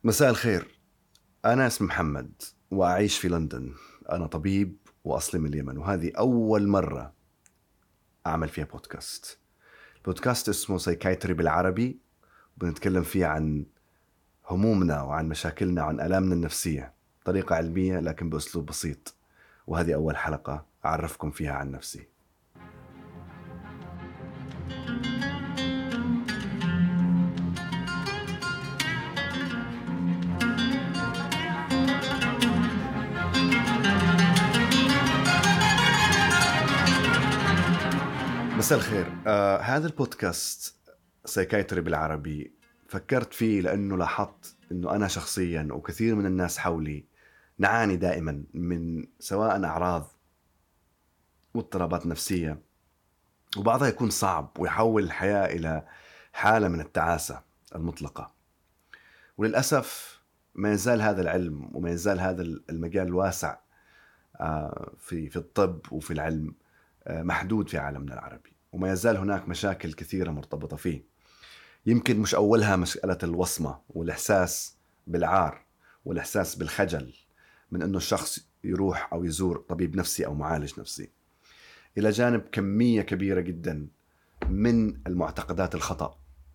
مساء الخير. أنا اسمي محمد وأعيش في لندن. أنا طبيب وأصلي من اليمن، وهذه أول مرة أعمل فيها بودكاست. بودكاست اسمه سايكايتري بالعربي، بنتكلم فيه عن همومنا وعن مشاكلنا وعن آلامنا النفسية بطريقة علمية لكن بأسلوب بسيط. وهذه أول حلقة أعرفكم فيها عن نفسي. مساء الخير. هذا البودكاست سايكايتري بالعربي فكرت فيه لأنه لاحظت أنه أنا شخصيا وكثير من الناس حولي نعاني دائما من سواء أعراض واضطرابات نفسية، وبعضها يكون صعب ويحول الحياة إلى حالة من التعاسة المطلقة. وللأسف ما يزال هذا العلم وما يزال هذا المجال الواسع في الطب وفي العلم محدود في عالمنا العربي، وما يزال هناك مشاكل كثيرة مرتبطة فيه. يمكن مش أولها مسألة الوصمة والإحساس بالعار والإحساس بالخجل من أنه الشخص يروح أو يزور طبيب نفسي أو معالج نفسي، إلى جانب كمية كبيرة جدا من المعتقدات الخطأ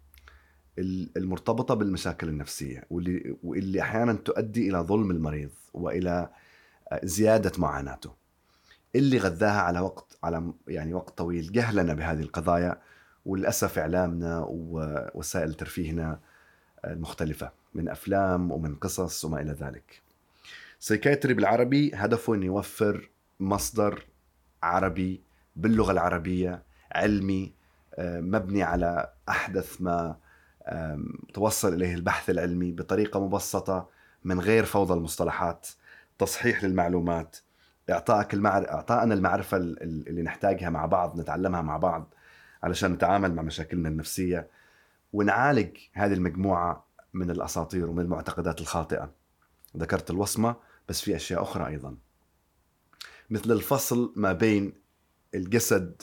المرتبطة بالمشاكل النفسية، واللي أحيانا تؤدي إلى ظلم المريض وإلى زيادة معاناته، اللي غذاها على وقت طويل جهلنا بهذه القضايا، وللأسف إعلامنا ووسائل ترفيهنا المختلفة من أفلام ومن قصص وما إلى ذلك. سايكايتري بالعربي هدفه أن يوفر مصدر عربي باللغة العربية علمي، مبني على أحدث ما توصل إليه البحث العلمي بطريقة مبسطة، من غير فوضى المصطلحات، تصحيح للمعلومات، إعطائنا المعرفة اللي نحتاجها مع بعض، نتعلمها مع بعض علشان نتعامل مع مشاكلنا النفسية ونعالج هذه المجموعة من الأساطير ومن المعتقدات الخاطئة. ذكرت الوصمة، بس في أشياء أخرى أيضا، مثل الفصل ما بين الجسد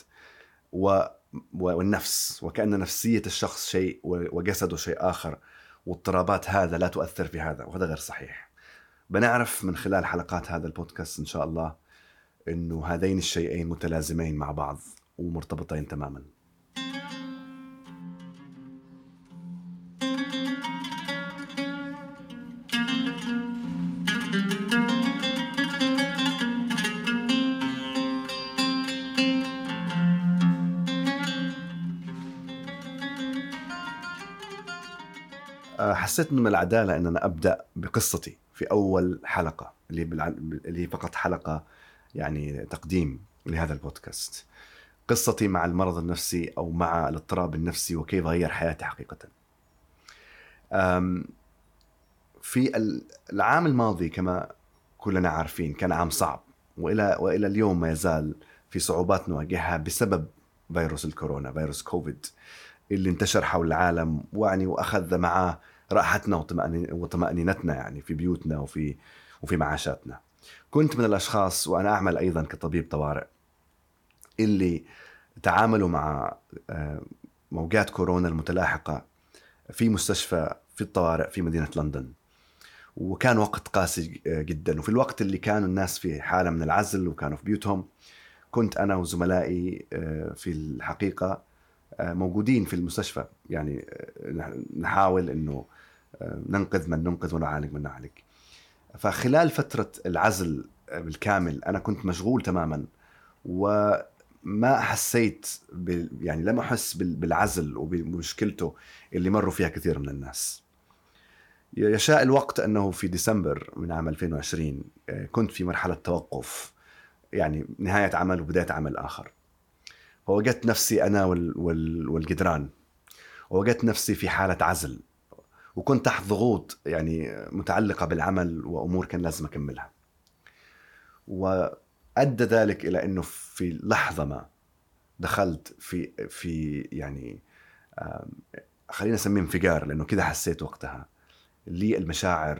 والنفس، وكأن نفسية الشخص شيء وجسده شيء آخر، واضطرابات هذا لا تؤثر في هذا، وهذا غير صحيح. بنعرف من خلال حلقات هذا البودكاست إن شاء الله إنه هذين الشيئين متلازمين مع بعض ومرتبطين تماما. حسيت إنه من العدالة إن أنا أبدأ بقصتي في أول حلقة، اللي فقط حلقة يعني تقديم لهذا البودكاست. قصتي مع المرض النفسي أو مع الاضطراب النفسي وكيف غير حياتي حقيقة. في العام الماضي كما كلنا عارفين كان عام صعب، وإلى اليوم ما يزال في صعوبات نواجهها بسبب فيروس الكورونا، فيروس كوفيد، اللي انتشر حول العالم وأخذ معه راحتنا وطمأنينتنا يعني في بيوتنا وفي معاشاتنا. كنت من الأشخاص، وأنا أعمل أيضا كطبيب طوارئ، اللي تعاملوا مع موجات كورونا المتلاحقة في مستشفى في الطوارئ في مدينة لندن. وكان وقت قاسي جدا، وفي الوقت اللي كانوا الناس في حالة من العزل وكانوا في بيوتهم، كنت أنا وزملائي في الحقيقة موجودين في المستشفى، يعني نحاول أنه ننقذ من ننقذ ونعالج من نعالج. فخلال فترة العزل بالكامل أنا كنت مشغول تماما، وما حسيت يعني لم أحس بالعزل وبمشكلته اللي مروا فيها كثير من الناس. يشاء الوقت أنه في ديسمبر من عام 2020 كنت في مرحلة توقف، يعني نهاية عمل وبداية عمل آخر. فوجدت نفسي أنا والجدران، ووجدت نفسي في حالة عزل، وكنت تحت ضغوط يعني متعلقة بالعمل وأمور كان لازم أكملها. وأدى ذلك إلى أنه في لحظة ما دخلت في يعني خلينا نسميه انفجار، لأنه كذا حسيت وقتها لي المشاعر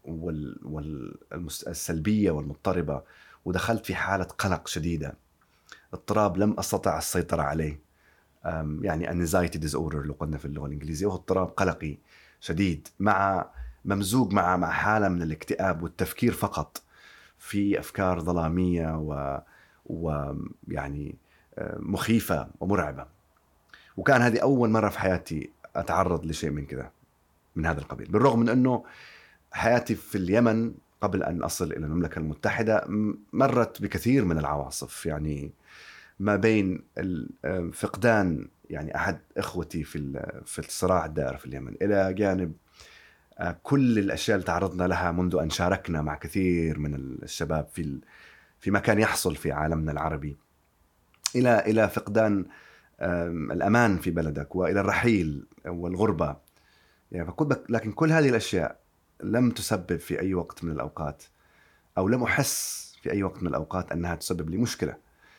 السلبية والمضطربة، ودخلت في حالة قلق شديدة، اضطراب لم أستطع السيطرة عليه، يعني anxiety disorder لو قلنا في اللغة الإنجليزية، وهو اضطراب قلقي شديد مع ممزوج مع حالة من الاكتئاب والتفكير فقط في أفكار ظلامية ويعني مخيفة ومرعبة. وكان هذه أول مرة في حياتي أتعرض لشيء من كذا من هذا القبيل، بالرغم من أنه حياتي في اليمن قبل أن أصل إلى المملكة المتحدة مرت بكثير من العواصف، يعني ما بين فقدان يعني أحد إخوتي في الصراع الدائر في اليمن، إلى جانب كل الأشياء اللي تعرضنا لها منذ أن شاركنا مع كثير من الشباب في ما كان يحصل في عالمنا العربي، إلى فقدان الأمان في بلدك، وإلى الرحيل والغربة. يعني لكن كل هذه الأشياء لم تسبب في أي وقت من الأوقات، أو لم أحس في أي وقت من الأوقات أنها تسبب لي مشكلة.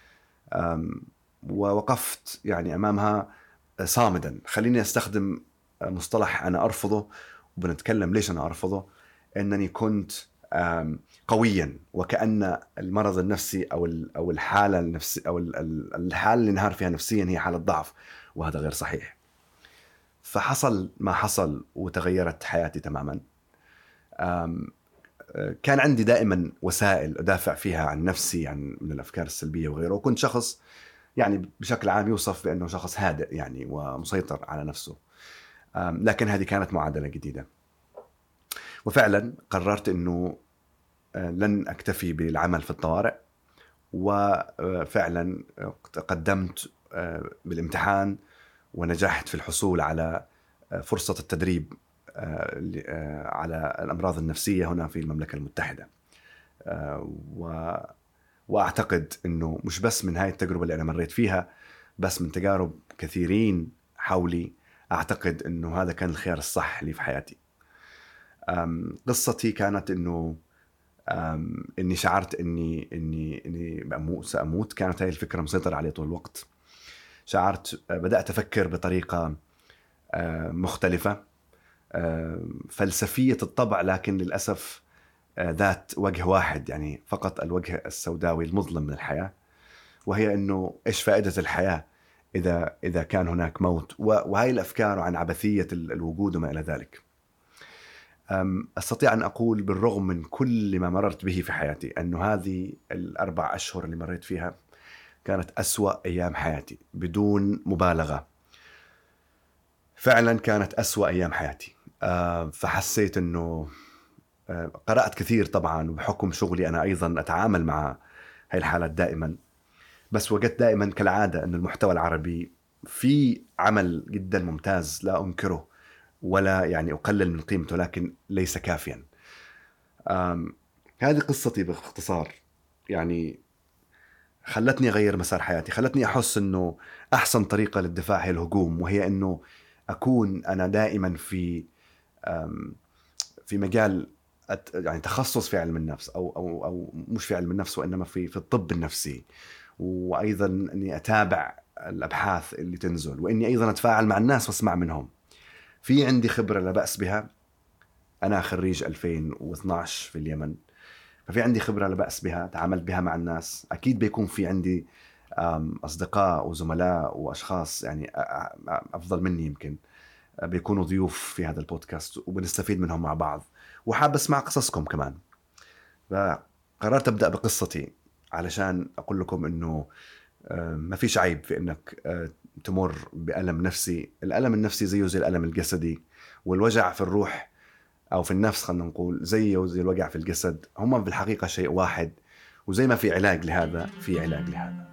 ووقفت يعني أمامها صامدا. خليني أستخدم مصطلح أنا أرفضه، وبنتكلم ليش أنا أرفضه. أنني كنت قويا، وكأن المرض النفسي أو الحالة النفسية أو الحالة اللي انهار فيها نفسيا هي حالة ضعف، وهذا غير صحيح. فحصل ما حصل وتغيرت حياتي تماما. كان عندي دائما وسائل أدافع فيها عن نفسي من الأفكار السلبية وغيره، وكنت شخص يعني بشكل عام يوصف بأنه شخص هادئ يعني ومسيطر على نفسه. لكن هذه كانت معادلة جديدة، وفعلا قررت أنه لن أكتفي بالعمل في الطوارئ. وفعلا قدمت بالامتحان ونجحت في الحصول على فرصة التدريب على الأمراض النفسية هنا في المملكة المتحدة. وأعتقد أنه مش بس من هاي التجربة اللي أنا مريت فيها، بس من تجارب كثيرين حولي، أعتقد أنه هذا كان الخيار الصح لي في حياتي. قصتي كانت أنه إني شعرت إني سأموت. كانت هاي الفكرة مسيطرة علي طول الوقت. شعرت بدأت أفكر بطريقة مختلفة، فلسفية الطبع، لكن للأسف ذات وجه واحد، يعني فقط الوجه السوداوي المظلم من الحياة، وهي إنه إيش فائدة الحياة إذا كان هناك موت، وهي الأفكار عن عبثية الوجود وما إلى ذلك. أستطيع أن أقول بالرغم من كل ما مررت به في حياتي أنه هذه 4 أشهر اللي مريت فيها كانت أسوأ أيام حياتي، بدون مبالغة. فعلا كانت أسوأ أيام حياتي. فحسيت أنه قرأت كثير طبعا، وبحكم شغلي أنا أيضا أتعامل مع هاي الحالات دائما، بس وجدت دائما كالعادة أن المحتوى العربي في عمل جدا ممتاز، لا أنكره ولا يعني أقلل من قيمته، لكن ليس كافيا. هذه قصتي باختصار، يعني خلتني أغير مسار حياتي، خلتني أحس أنه أحسن طريقة للدفاع هي الهجوم، وهي أنه أكون أنا دائما في مجال يعني تخصص في علم النفس، أو مش في علم النفس، وإنما في الطب النفسي، وأيضا أني أتابع الأبحاث اللي تنزل، وإني أيضا أتفاعل مع الناس وأسمع منهم. في عندي خبرة لا بأس بها، أنا خريج 2012 في اليمن، ففي عندي خبرة لا بأس بها، تعاملت بها مع الناس. أكيد بيكون في عندي أصدقاء وزملاء وأشخاص يعني أفضل مني يمكن بيكونوا ضيوف في هذا البودكاست، وبنستفيد منهم مع بعض، وحاب أسمع قصصكم كمان. فقررت أبدأ بقصتي علشان أقول لكم إنه ما فيش عيب في إنك تمر بألم نفسي. الألم النفسي زيه زي الألم الجسدي، والوجع في الروح أو في النفس خلينا نقول زيه زي الوجع في الجسد، هما بالحقيقة شيء واحد. وزي ما في علاج لهذا، في علاج لهذا.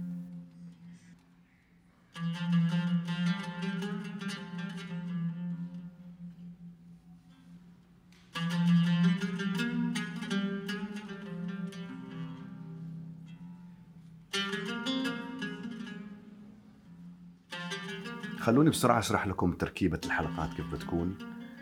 خلوني بسرعة أشرح لكم تركيبة الحلقات كيف بتكون.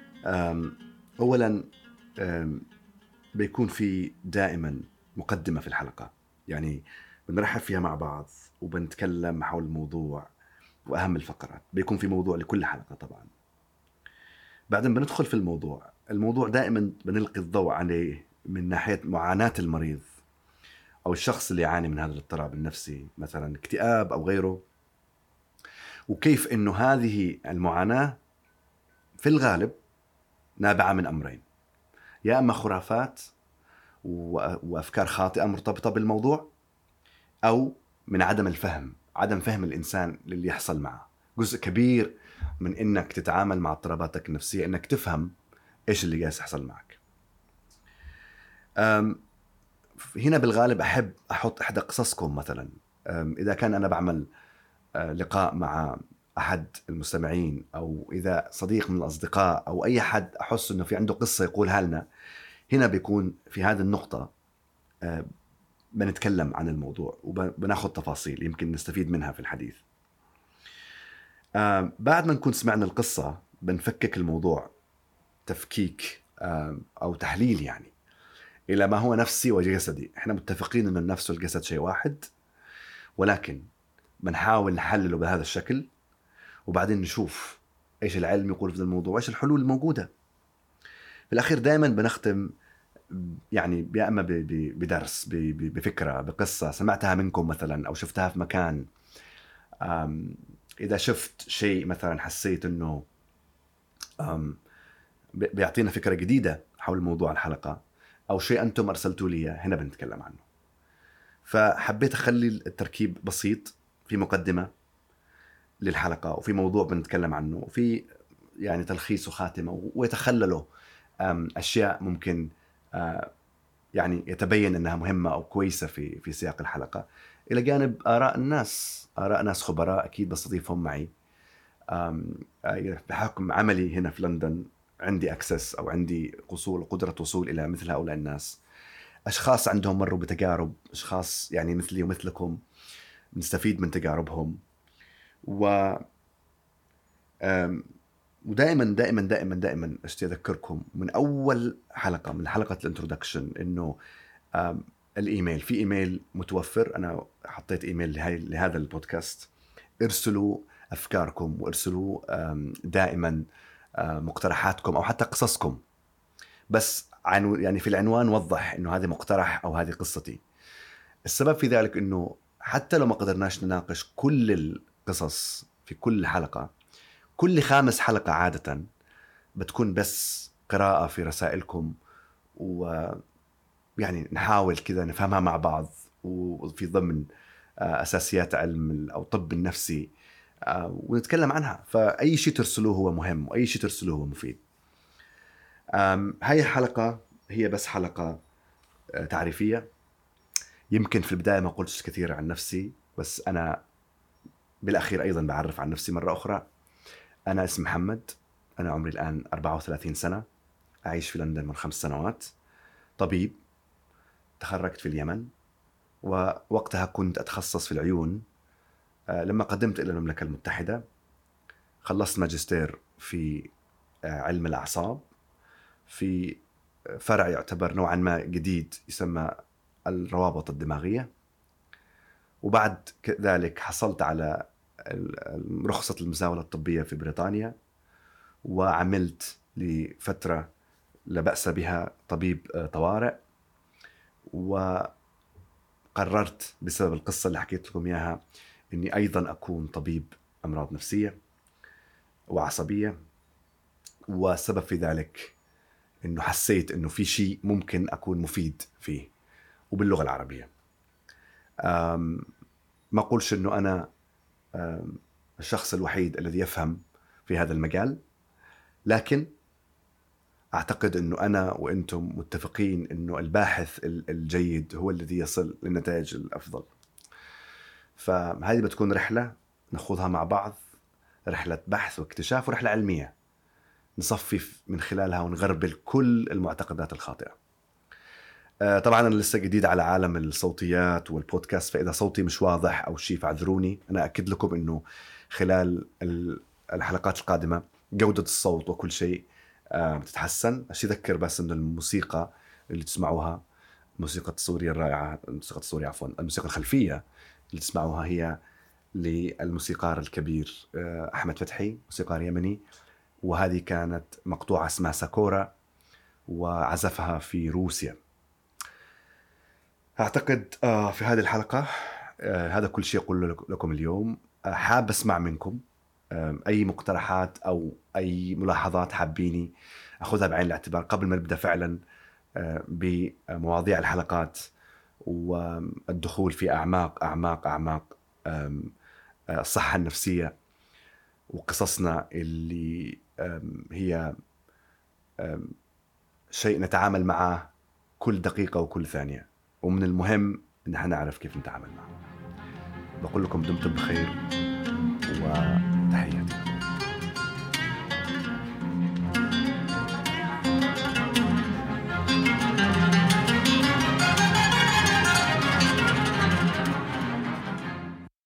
أولا بيكون في دائما مقدمة في الحلقة، يعني بنرحب فيها مع بعض وبنتكلم حول الموضوع وأهم الفقرات. بيكون في موضوع لكل حلقة طبعا. بعدين بندخل في الموضوع دائما بنلقي الضوء عليه من ناحية معاناة المريض أو الشخص اللي يعاني من هذا الاضطراب النفسي، مثلا اكتئاب أو غيره، وكيف إنه هذه المعاناة في الغالب نابعة من أمرين. يا اما خرافات وافكار خاطئه مرتبطه بالموضوع، او من عدم فهم الانسان للي يحصل معه. جزء كبير من انك تتعامل مع اضطراباتك النفسيه انك تفهم ايش اللي جالس يحصل معك. هنا بالغالب احب احط احدى قصصكم مثلا. اذا كان انا بعمل لقاء مع احد المستمعين، او اذا صديق من الاصدقاء او اي حد احس انه في عنده قصه يقولها لنا، هنا بيكون في هذه النقطه بنتكلم عن الموضوع وبناخذ تفاصيل يمكن نستفيد منها في الحديث. بعد ما نكون سمعنا القصة بنفكك الموضوع تفكيك أو تحليل يعني إلى ما هو نفسي وجسدي. إحنا متفقين أن النفس والجسد شيء واحد، ولكن بنحاول نحلله بهذا الشكل، وبعدين نشوف إيش العلم يقول في الموضوع وإيش الحلول الموجودة. في الأخير دائما بنختم يعني يا إما بدرس، بفكرة، بقصة سمعتها منكم مثلا أو شفتها في مكان. إذا شفت شيء مثلا حسيت أنه بيعطينا فكرة جديدة حول موضوع الحلقة، أو شيء أنتم أرسلتوا لي هنا بنتكلم عنه. فحبيت أخلي التركيب بسيط، في مقدمة للحلقة وفي موضوع بنتكلم عنه وفي يعني تلخيص وخاتمة، ويتخلله أشياء ممكن يعني يتبين أنها مهمة أو كويسة في سياق الحلقة، إلى جانب آراء ناس خبراء أكيد بستضيفهم معي. بحكم عملي هنا في لندن عندي أكسس أو عندي قدرة وصول إلى مثل هؤلاء الناس، أشخاص عندهم مروا بتجارب، أشخاص يعني مثلي ومثلكم نستفيد من تجاربهم. ودائما دائما دائما دائما اشتي اذكركم من اول حلقه، من حلقه الانترودكشن، انه الايميل، في ايميل متوفر، انا حطيت ايميل لهذا البودكاست. ارسلوا افكاركم وارسلوا دائما مقترحاتكم او حتى قصصكم، بس يعني في العنوان وضح انه هذا مقترح او هذه قصتي. السبب في ذلك انه حتى لو ما قدرناش نناقش كل القصص في كل حلقه، كل 5 حلقة عادة بتكون بس قراءة في رسائلكم، ويعني نحاول كذا نفهمها مع بعض وفي ضمن أساسيات علم أو طب النفسي، ونتكلم عنها. فأي شيء ترسلوه هو مهم، وأي شيء ترسلوه هو مفيد. هاي الحلقة هي بس حلقة تعريفية. يمكن في البداية ما قلتش كثير عن نفسي، بس أنا بالأخير أيضا بعرف عن نفسي مرة أخرى. أنا اسمي محمد، أنا عمري الآن 34 سنة، أعيش في لندن من 5 سنوات، طبيب، تخرجت في اليمن، ووقتها كنت أتخصص في العيون. لما قدمت إلى المملكة المتحدة خلصت ماجستير في علم الأعصاب، في فرع يعتبر نوعا ما جديد يسمى الروابط الدماغية. وبعد ذلك حصلت على رخصة المزاولة الطبية في بريطانيا، وعملت لفترة لا بأس بها طبيب طوارئ. وقررت بسبب القصة اللي حكيت لكم إياها أني أيضا أكون طبيب أمراض نفسية وعصبية. والسبب في ذلك أنه حسيت أنه في شيء ممكن أكون مفيد فيه، وباللغة العربية. ما أقولش أنه أنا الشخص الوحيد الذي يفهم في هذا المجال، لكن أعتقد أنه أنا وأنتم متفقين أنه الباحث الجيد هو الذي يصل للنتائج الأفضل. فهذه بتكون رحلة نخوضها مع بعض، رحلة بحث واكتشاف ورحلة علمية نصفي من خلالها ونغربل كل المعتقدات الخاطئة. طبعا أنا لسه جديد على عالم الصوتيات والبودكاست، فإذا صوتي مش واضح أو شيء فاعذروني. أنا أكد لكم أنه خلال الحلقات القادمة جودة الصوت وكل شيء بتتحسن. أذكر بس أن الموسيقى اللي تسمعوها، الموسيقى التصويرية الرائعة، الموسيقى الخلفية اللي تسمعوها هي للموسيقار الكبير أحمد فتحي، موسيقار يمني، وهذه كانت مقطوعة اسمها ساكورا وعزفها في روسيا. أعتقد في هذه الحلقة هذا كل شيء أقول لكم اليوم. حاب أسمع منكم أي مقترحات أو أي ملاحظات حابيني أخذها بعين الاعتبار قبل ما نبدأ فعلا بمواضيع الحلقات والدخول في أعماق أعماق أعماق الصحة النفسية وقصصنا اللي هي شيء نتعامل معه كل دقيقة وكل ثانية، ومن المهم إن احنا نعرف كيف نتعامل معه. بقول لكم دمتم بخير وتحياتي.